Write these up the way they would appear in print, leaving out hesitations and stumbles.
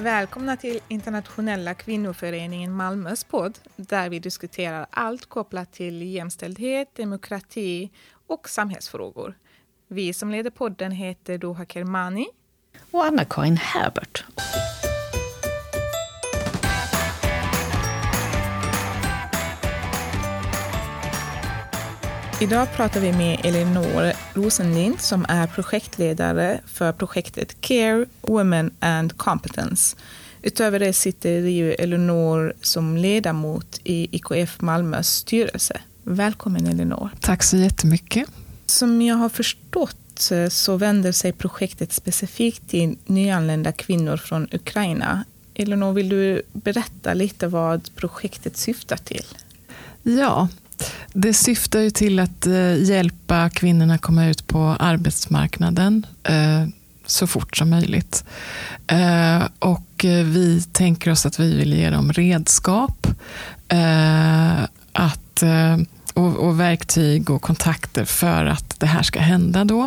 Välkomna till Internationella kvinnoföreningen Malmös podd där vi diskuterar allt kopplat till jämställdhet, demokrati och samhällsfrågor. Vi som leder podden heter Doha Kermani och Anna-Karin Herbert. Idag pratar vi med Elinor Rosenlind som är projektledare för projektet Care, Women and Competence. Utöver det sitter ju Elinor som ledamot i IKF Malmös styrelse. Välkommen Elinor. Tack så jättemycket. Som jag har förstått så vänder sig projektet specifikt till nyanlända kvinnor från Ukraina. Elinor, vill du berätta lite vad projektet syftar till? Ja, det syftar ju till att hjälpa kvinnorna komma ut på arbetsmarknaden så fort som möjligt. Och vi tänker oss att vi vill ge dem redskap och verktyg och kontakter för att det här ska hända då.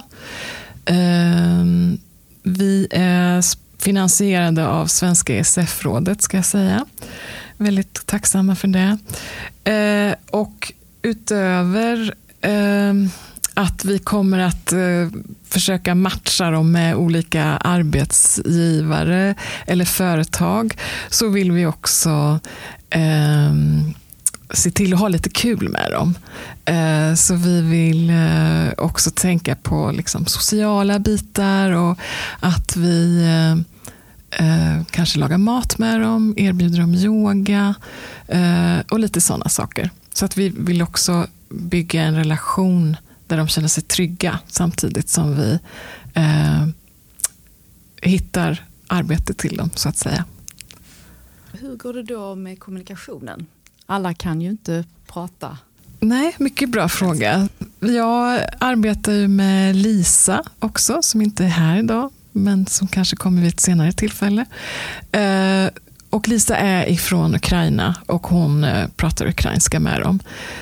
Vi är finansierade av Svenska ESF-rådet ska jag säga. Väldigt tacksamma för det. Och utöver att vi kommer att försöka matcha dem med olika arbetsgivare eller företag så vill vi också se till att ha lite kul med dem. Så vi vill också tänka på liksom sociala bitar och att vi kanske lagar mat med dem, erbjuder dem yoga och lite sådana saker. Så att vi vill också bygga en relation där de känner sig trygga samtidigt som vi hittar arbete till dem så att säga. Hur går det då med kommunikationen? Alla kan ju inte prata. Nej, mycket bra fråga. Jag arbetar ju med Lisa också som inte är här idag men som kanske kommer vid ett senare tillfälle. Och Lisa är ifrån Ukraina och hon pratar ukrainska med dem.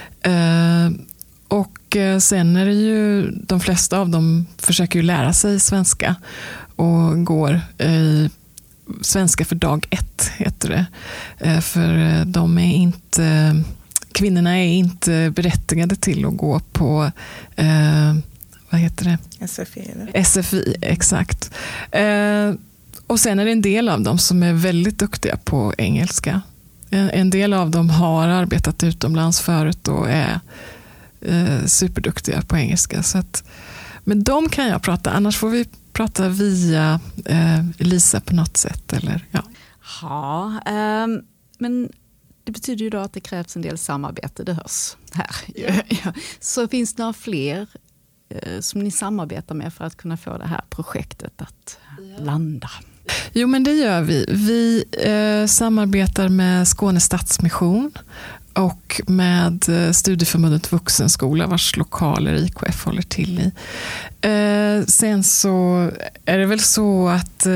Och sen är det ju de flesta av dem försöker ju lära sig svenska och går i svenska för dag 1 heter det. För de är inte, kvinnorna är inte berättigade till att gå på vad heter det? SFI eller? SFI, exakt. Och sen är det en del av dem som är väldigt duktiga på engelska. En del av dem har arbetat utomlands förut och är superduktiga på engelska. Så att, men de kan jag prata, annars får vi prata via Lisa på något sätt. Eller, ja. Ja, men det betyder ju då att det krävs en del samarbete, det hörs här. Ja. Så finns det några fler som ni samarbetar med för att kunna få det här projektet att landa? Jo, men det gör vi. Vi samarbetar med Skåne Stadsmission och med Studieförbundet Vuxenskola vars lokaler IKF håller till i. Sen så är det väl så att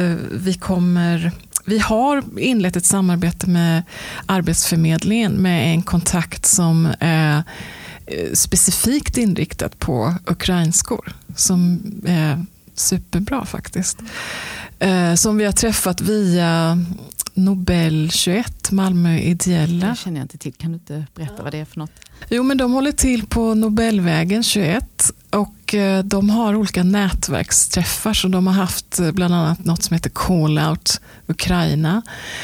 vi har inlett ett samarbete med Arbetsförmedlingen med en kontakt som är specifikt inriktat på ukrainskor som är superbra faktiskt. Som vi har träffat via Nobel 21, Malmö Ideella. Det känner jag inte till. Kan du inte berätta vad det är för något? Jo, men de håller till på Nobelvägen 21 och de har olika nätverksträffar så de har haft bland annat något som heter Call Out Ukraina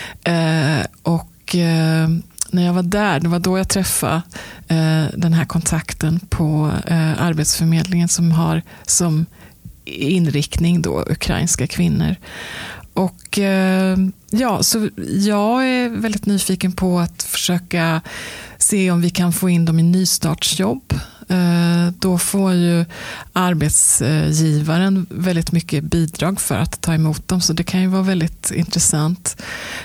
och när jag var där, det var då jag träffade den här kontakten på Arbetsförmedlingen som har som inriktning då ukrainska kvinnor. Och ja, så jag är väldigt nyfiken på att försöka se om vi kan få in dem i nystartsjobb. Då får ju arbetsgivaren väldigt mycket bidrag för att ta emot dem, så det kan ju vara väldigt intressant.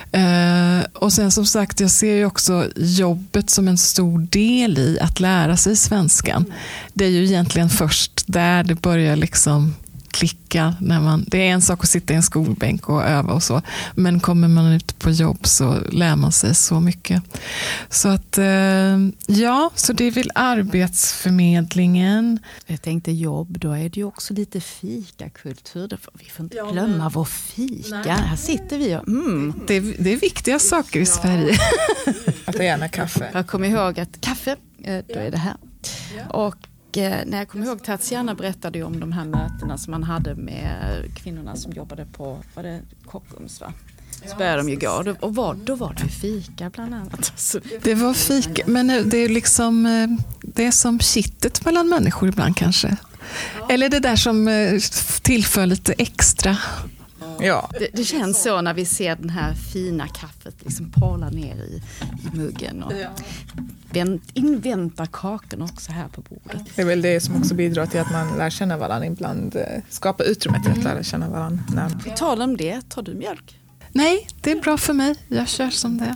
Och sen som sagt, jag ser ju också jobbet som en stor del i att lära sig svenskan. Det är ju egentligen först där det börjar liksom klicka. Det är en sak att sitta i en skolbänk och öva och så. Men kommer man ut på jobb så lär man sig så mycket. Så att så det är väl arbetsförmedlingen. Jag tänkte jobb, då är det ju också lite fikakultur. Vi får inte glömma vår fika. Nej. Här sitter vi och det är viktiga saker i Sverige. Att det är gärna kaffe. Jag kommer ihåg att kaffe, då är det här. Och när jag kommer ihåg Tatiana berättade ju om de här mötena som man hade med kvinnorna som jobbade på, var det Kockums va? Så började de ju gå och då var det fika bland annat. Alltså. Det var fika, men det är liksom det är som kittet mellan människor ibland kanske. Eller det där som tillför lite extra. Ja. Det känns så när vi ser den här fina kaffet liksom pala ner i muggen och inväntar kakan också här på bordet. Det är väl det som också bidrar till att man lär känna varandra ibland, skapa utrymme till att lära känna varandra. På tal om det, tar du mjölk? Nej, det är bra för mig. Jag kör som det.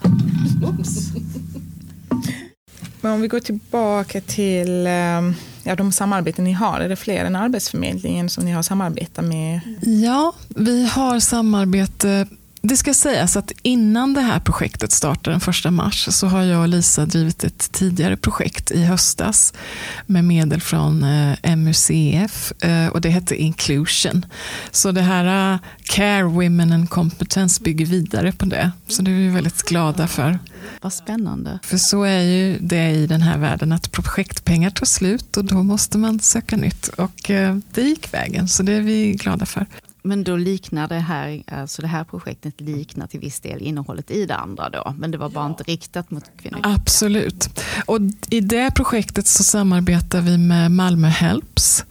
Men om vi går tillbaka till de samarbeten ni har. Är det fler än Arbetsförmedlingen som ni har samarbetat med? Ja, vi har samarbete. Det ska sägas att innan det här projektet startar den 1 mars så har jag och Lisa drivit ett tidigare projekt i höstas med medel från MUCF och det hette Inclusion. Så det här Care, Women and Competence bygger vidare på det. Så det är vi väldigt glada för. Vad spännande. För så är ju det i den här världen att projektpengar tar slut och då måste man söka nytt. Och det gick vägen, så det är vi glada för. Men då liknar det här, alltså det här projektet liknar till viss del innehållet i det andra då. Men det var bara inte riktat mot kvinnor. Absolut. Och i det projektet så samarbetar vi med Malmö Helps.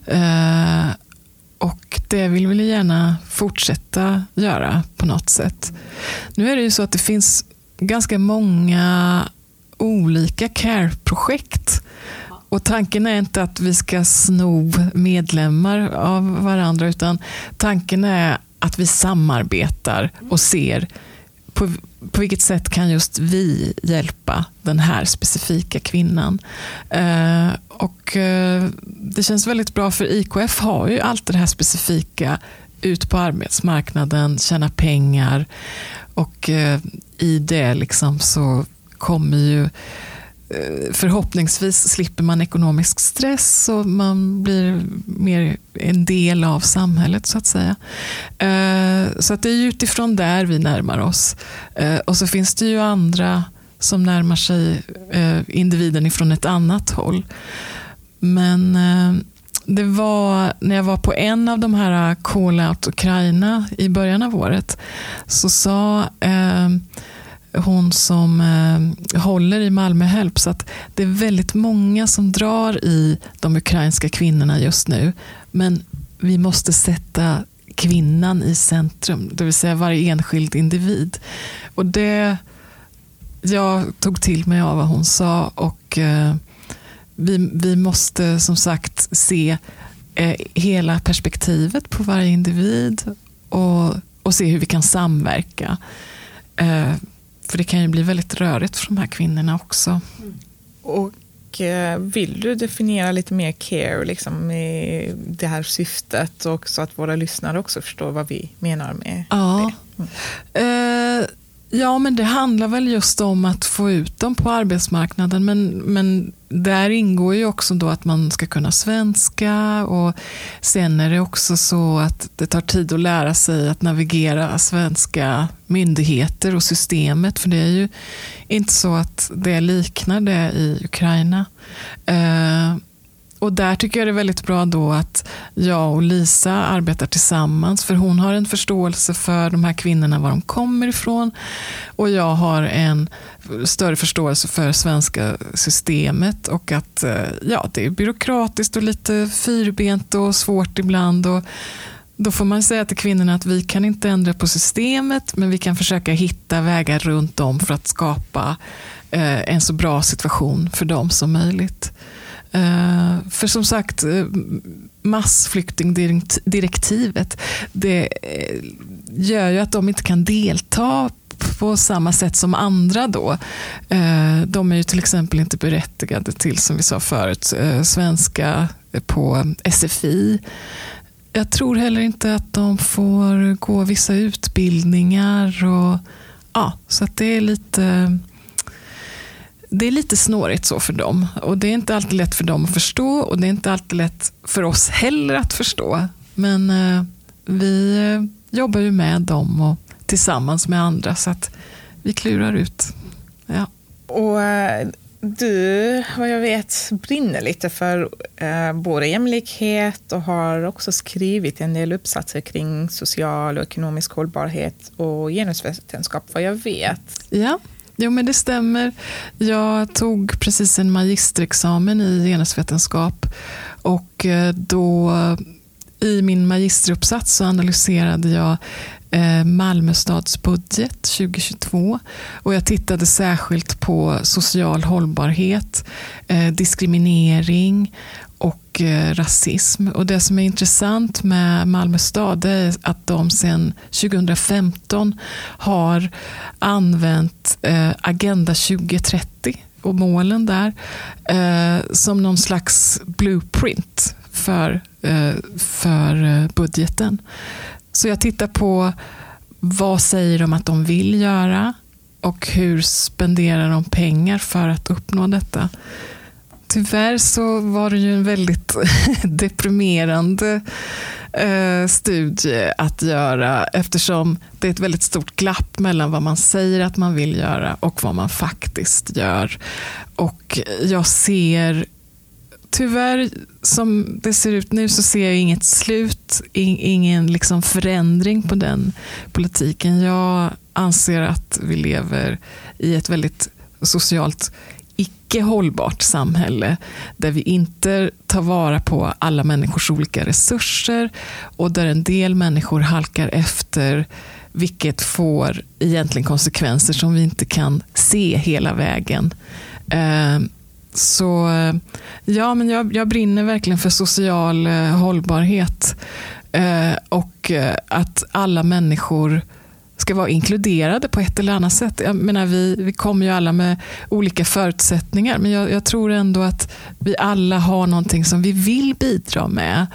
Och det vill vi gärna fortsätta göra på något sätt. Nu är det ju så att det finns ganska många olika care-projekt. Och tanken är inte att vi ska sno medlemmar av varandra utan tanken är att vi samarbetar och ser på vilket sätt kan just vi hjälpa den här specifika kvinnan. Det känns väldigt bra för IKF har ju allt det här specifika ut på arbetsmarknaden, tjäna pengar och i det liksom så kommer ju förhoppningsvis slipper man ekonomisk stress och man blir mer en del av samhället så att säga. Så att det är utifrån där vi närmar oss. Och så finns det ju andra som närmar sig individen ifrån ett annat håll. Men det var när jag var på en av de här Call Out Ukraina i början av året så sa hon som håller i Malmö Helps att det är väldigt många som drar i de ukrainska kvinnorna just nu. Men vi måste sätta kvinnan i centrum, det vill säga varje enskild individ. Och det jag tog till mig av vad hon sa och vi måste som sagt se hela perspektivet på varje individ och se hur vi kan samverka. För det kan ju bli väldigt rörigt för de här kvinnorna också. Och vill du definiera lite mer care liksom, med det här syftet och så att våra lyssnare också förstår vad vi menar med det? Ja, men det handlar väl just om att få ut dem på arbetsmarknaden. Men där ingår ju också då att man ska kunna svenska och sen är det också så att det tar tid att lära sig att navigera svenska myndigheter och systemet. För det är ju inte så att det liknar det i Ukraina. Och där tycker jag det är väldigt bra då att jag och Lisa arbetar tillsammans för hon har en förståelse för de här kvinnorna, var de kommer ifrån och jag har en större förståelse för svenska systemet och att det är byråkratiskt och lite fyrbent och svårt ibland och då får man säga till kvinnorna att vi kan inte ändra på systemet men vi kan försöka hitta vägar runt om för att skapa en så bra situation för dem som möjligt. För som sagt, massflyktingdirektivet det gör ju att de inte kan delta på samma sätt som andra då. De är ju till exempel inte berättigade till, som vi sa förut, svenska på SFI. jag tror heller inte att de får gå vissa utbildningar. Och, så att det är lite snårigt så för dem. Och det är inte alltid lätt för dem att förstå. Och det är inte alltid lätt för oss heller att förstå. Men vi jobbar ju med dem och tillsammans med andra. Så att vi klurar ut. Ja. Och du, vad jag vet, brinner lite för både jämlikhet och har också skrivit en del uppsatser kring social och ekonomisk hållbarhet och genusvetenskap, vad jag vet. Ja, jo, men det stämmer. Jag tog precis en magisterexamen i genusvetenskap och då i min magisteruppsats så analyserade jag Malmö stads budget 2022 och jag tittade särskilt på social hållbarhet, diskriminering och rasism. Och det som är intressant med Malmö stad är att de sedan 2015 har använt Agenda 2030 och målen där som någon slags blueprint för budgeten. Så jag tittar på vad säger de att de vill göra och hur spenderar de pengar för att uppnå detta. Tyvärr så var det ju en väldigt deprimerande studie att göra eftersom det är ett väldigt stort glapp mellan vad man säger att man vill göra och vad man faktiskt gör. Och jag ser tyvärr, som det ser ut nu så ser jag inget slut, ingen liksom förändring på den politiken. Jag anser att vi lever i ett väldigt socialt icke hållbart samhälle där vi inte tar vara på alla människors olika resurser och där en del människor halkar efter, vilket får egentligen konsekvenser som vi inte kan se hela vägen. Så ja, men jag brinner verkligen för social hållbarhet och att alla människor ska vara inkluderade på ett eller annat sätt. Jag menar, vi kommer ju alla med olika förutsättningar, men jag tror ändå att vi alla har någonting som vi vill bidra med.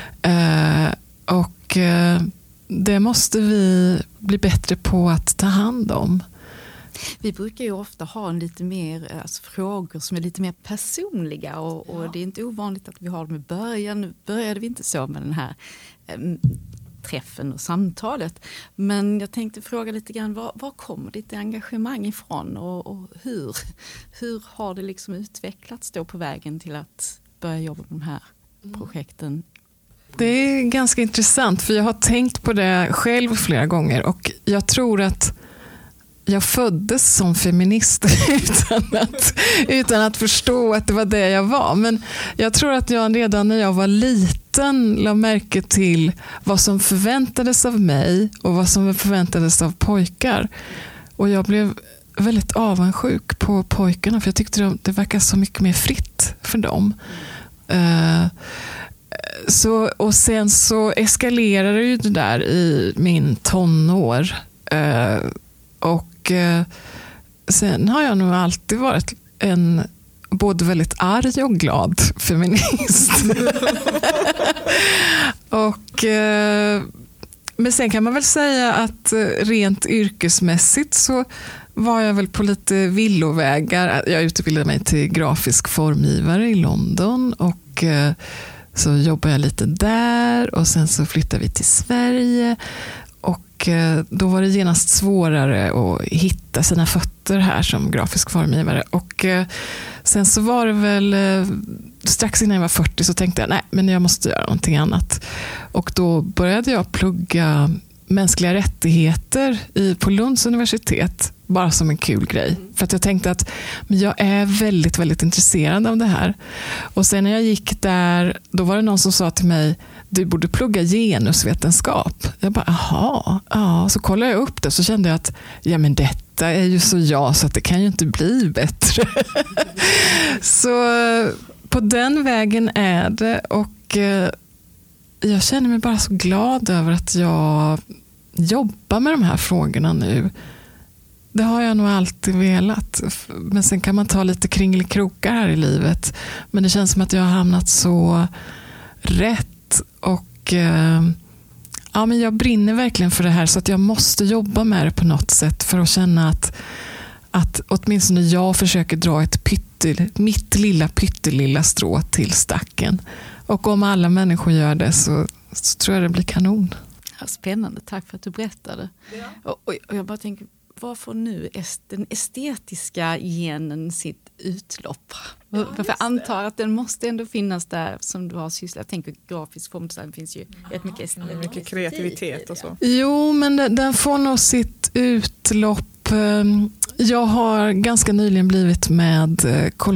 Och det måste vi bli bättre på att ta hand om. Vi brukar ju ofta ha en lite mer frågor som är lite mer personliga och det är inte ovanligt att vi har dem i början. Nu började vi inte så med den här träffen och samtalet. Men jag tänkte fråga lite grann, var kommer ditt engagemang ifrån och hur har det liksom utvecklats då på vägen till att börja jobba på de här projekten? Det är ganska intressant för jag har tänkt på det själv flera gånger och jag tror att jag föddes som feminist utan att förstå att det var det jag var. Men jag tror att jag redan när jag var liten la märke till vad som förväntades av mig och vad som förväntades av pojkar. Och jag blev väldigt avundsjuk på pojkarna för jag tyckte det verkade så mycket mer fritt för dem. Och sen så eskalerade ju det där i min tonår. Och sen har jag nog alltid varit en både väldigt arg och glad feminist. Men sen kan man väl säga att rent yrkesmässigt så var jag väl på lite villovägar. Jag utbildade mig till grafisk formgivare i London och så jobbade jag lite där och sen så flyttade vi till Sverige. Och då var det genast svårare att hitta sina fötter här som grafisk formgivare. Och sen så var det väl strax innan jag var 40 så tänkte jag nej, men jag måste göra någonting annat. Och då började jag plugga mänskliga rättigheter på Lunds universitet bara som en kul grej. För att jag tänkte att men jag är väldigt, väldigt intresserad av det här. Och sen när jag gick där, då var det någon som sa till mig du borde plugga genusvetenskap. Jag bara, aha, ja. Så kollade jag upp det så kände jag att ja, men detta är ju så så att det kan ju inte bli bättre. Så på den vägen är det och jag känner mig bara så glad över att jag jobbar med de här frågorna nu. Det har jag nog alltid velat. Men sen kan man ta lite kringelikrokar här i livet. Men det känns som att jag har hamnat så rätt och ja, men jag brinner verkligen för det här, så att jag måste jobba med det på något sätt för att känna att åtminstone jag försöker dra mitt lilla pyttelilla strå till stacken. Och om alla människor gör det så tror jag det blir kanon. Ja, spännande, tack för att du berättade. Ja. Och jag bara tänker, var får nu den estetiska genen sitt utlopp? Ja, för jag antar att den måste ändå finnas där som du har sysslat. Jag tänker grafisk formdesign finns ju mycket kreativitet och så. Jo, men den får nog sitt utlopp. Jag har ganska nyligen blivit med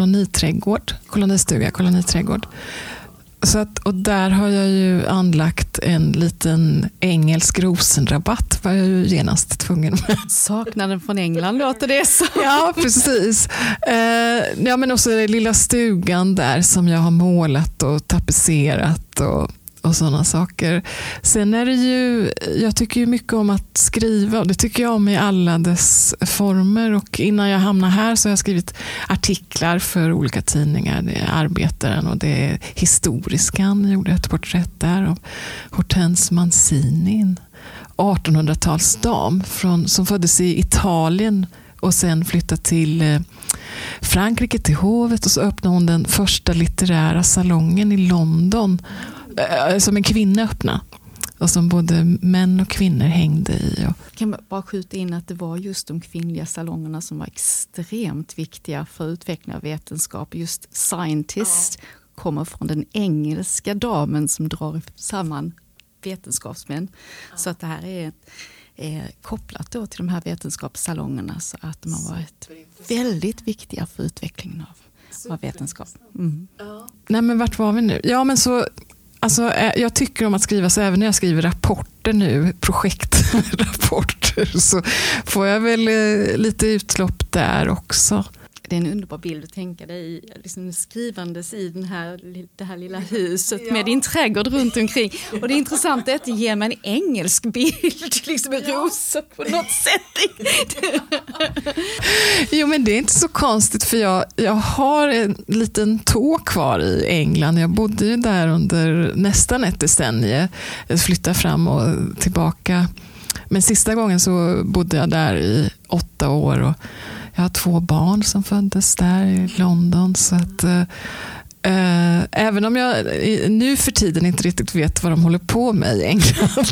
koloniträdgård. Så och där har jag ju anlagt en liten engelsk rosenrabatt, var jag ju genast tvungen med. Saknaden från England låter det så. Ja, precis. Ja, men också den lilla stugan där som jag har målat och tapetserat och sådana saker. Sen är det ju, jag tycker ju mycket om att skriva, och det tycker jag om i alla dess former, och innan jag hamnar här så har jag skrivit artiklar för olika tidningar. Det är Arbetaren och det är Historiskan, jag gjorde ett porträtt där av Hortense Mancini, en 1800-talsdam som föddes i Italien och sen flyttade till Frankrike, till hovet, och så öppnade hon den första litterära salongen i London som en kvinna öppnade, och som både män och kvinnor hängde i. Kan man bara skjuta in att det var just de kvinnliga salongerna som var extremt viktiga för utvecklingen av vetenskap. Just scientist kommer från den engelska damen som drar samman vetenskapsmän. Så att det här är kopplat då till de här vetenskapssalongerna, så att de har varit väldigt viktiga för utvecklingen av vetenskap. Mm. Nej, men vart var vi nu? Ja, men så alltså, jag tycker om att skriva, så även när jag skriver rapporter nu, projektrapporter, så får jag väl lite utlopp där också. Det är en underbar bild att tänka dig liksom skrivandes i det här lilla huset med din trädgård runt omkring. Och det är intressant att det ger mig en engelsk bild, liksom en rosa på något sätt. Jo, men det är inte så konstigt, för jag har en liten tå kvar i England. Jag bodde ju där under nästan ett decennium. Jag flyttade fram och tillbaka. Men sista gången så bodde jag där i 8 år, och jag har 2 barn som föddes där i London, så att även om jag nu för tiden inte riktigt vet vad de håller på med i England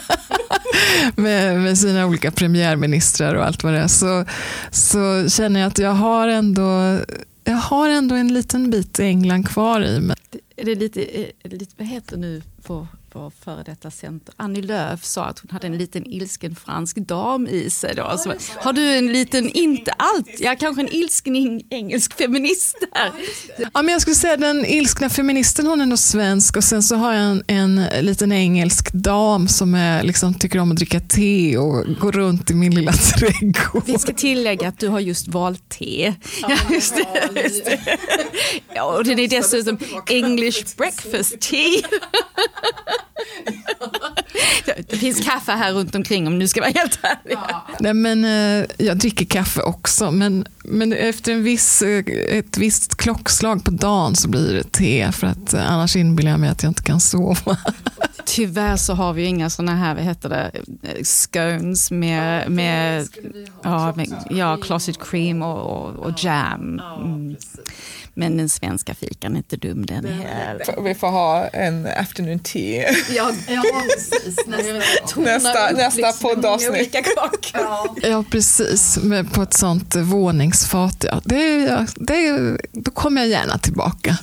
med sina olika premiärministrar och allt vad det är, så känner jag att jag har ändå en liten bit England kvar i mig. Det är lite vad heter nu på före detta center. Annie Lööf sa att hon hade en liten ilsken fransk dam i sig då. Alltså, har du en liten, inte allt, kanske en ilsken engelsk feminist där? Ja, men jag skulle säga den ilskna feministen, hon är nog svensk, och sen så har jag en liten engelsk dam som liksom tycker om att dricka te och gå runt i min lilla trädgård. Vi ska tillägga att du har just valt te. Ja, just det. Ja, och det är dessutom English breakfast tea. Det finns kaffe här runt omkring, om nu ska vara helt ärlig. Nej, men jag dricker kaffe också, men efter ett visst klockslag på dagen så blir det te, för att annars inbillar jag mig att jag inte kan sova. Tyvärr så har vi ju inga såna här, vad heter det, scones med clotted cream och jam. Men den svenska fikan är inte dum, den här. Vi får ha en afternoon tea. Ja precis. Nästa poddavsnitt. Ja, precis. På ett sånt våningsfat. Ja. Då kommer jag gärna tillbaka.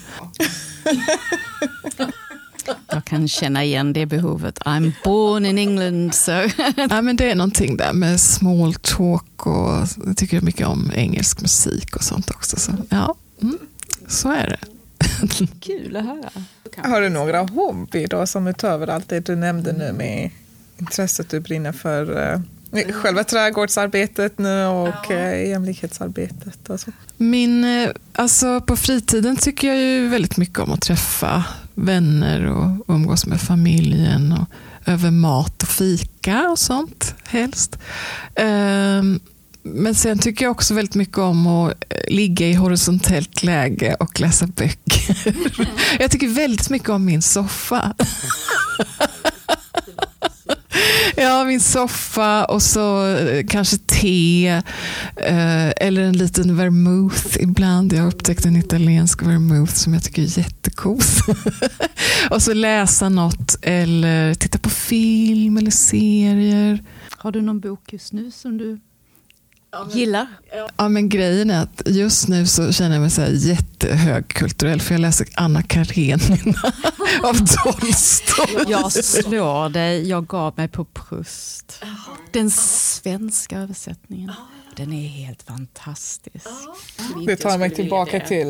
Jag kan känna igen det behovet. I'm born in England. So. Ja, men det är någonting där med small talk, och jag tycker mycket om engelsk musik och sånt också. Så, ja, så är det. Kul att höra. Har du några hobby då, som utöver allt det du nämnde nu med intresset du brinner för själva trädgårdsarbetet nu och jämlikhetsarbetet? Alltså. Alltså på fritiden tycker jag ju väldigt mycket om att träffa vänner och umgås med familjen och över mat och fika och sånt helst. Men sen tycker jag också väldigt mycket om att ligga i horisontellt läge och läsa böcker. Jag tycker väldigt mycket om min soffa. Ja, min soffa och så kanske te eller en liten vermouth ibland. Jag har upptäckt en italiensk vermouth som jag tycker är jättegod. Och så läsa något eller titta på film eller serier. Har du någon bok just nu som du gillar? Ja, men grejen är att just nu så känner jag mig så här jättehögkulturell för jag läser Anna Karenina av Tolstoj. Jag slår dig, jag gav mig på Proust. Den svenska översättningen. Den är helt fantastisk. Det tar mig tillbaka till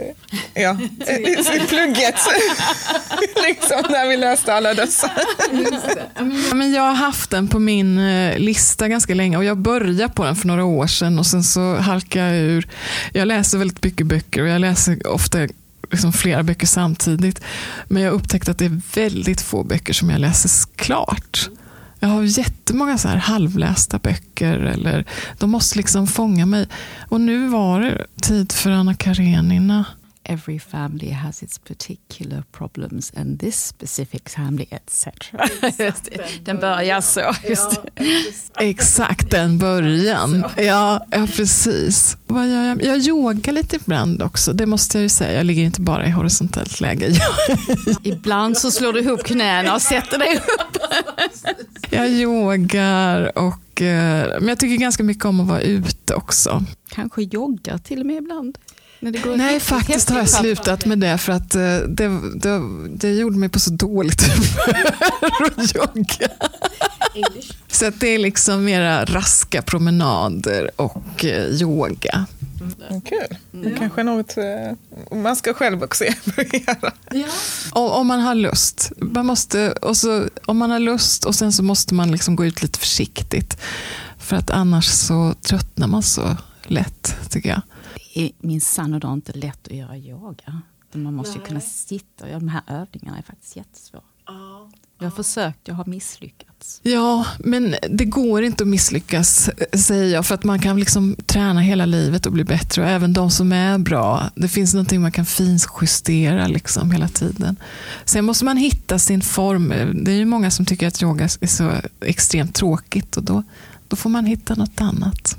plugget. Liksom när vi läste alla dessa. Men jag har haft den på min lista ganska länge och jag började på den för några år sedan och sen så halkade jag ur. Jag läser väldigt mycket böcker och jag läser ofta liksom flera böcker samtidigt. Men jag upptäckte att det är väldigt få böcker som jag läser klart. Jag har jättemånga så här halvlästa böcker eller de måste liksom fånga mig. Och nu var det tid för Anna Karenina. Every family has its particular problems and this specific family etc. Den börjar så. Exakt den början. Ja, precis. Vad gör jag? Jag yogar lite ibland också. Det måste jag ju säga. Jag ligger inte bara i horisontellt läge. Ibland så slår du ihop knäna och sätter dig upp. Jag yogar men jag tycker ganska mycket om att vara ute också. Kanske joggar till och med ibland. Nej, faktiskt har jag slutat med det för att det gjorde mig på så dåligt att jogga. Så att det är liksom mera raska promenader och yoga. Kul. Det kanske är något man ska själv också göra. Ja. Om man har lust. Om man har lust och sen så måste man liksom gå ut lite försiktigt. För att annars så tröttnar man så lätt, tycker jag. Det är minsann och då inte lätt att göra yoga. Man måste ju kunna sitta och göra de här övningarna är faktiskt jättesvåra. Jag har försökt, jag har misslyckats. Ja, men det går inte att misslyckas, säger jag. För att man kan liksom träna hela livet och bli bättre. Och även de som är bra. Det finns någonting man kan finjustera liksom hela tiden. Sen måste man hitta sin form. Det är ju många som tycker att yoga är så extremt tråkigt. Och då får man hitta något annat.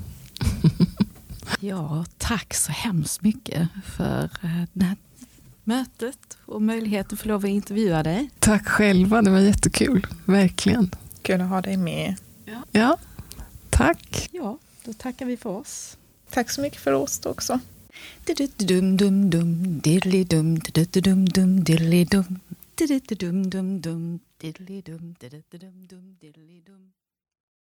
Ja, tack så hemskt mycket för det här mötet och möjligheten att få lov att intervjua dig. Tack själva, det var jättekul, verkligen. Kul att ha dig med. Ja, tack. Ja, då tackar vi för oss. Tack så mycket för oss också. Diddly-dum.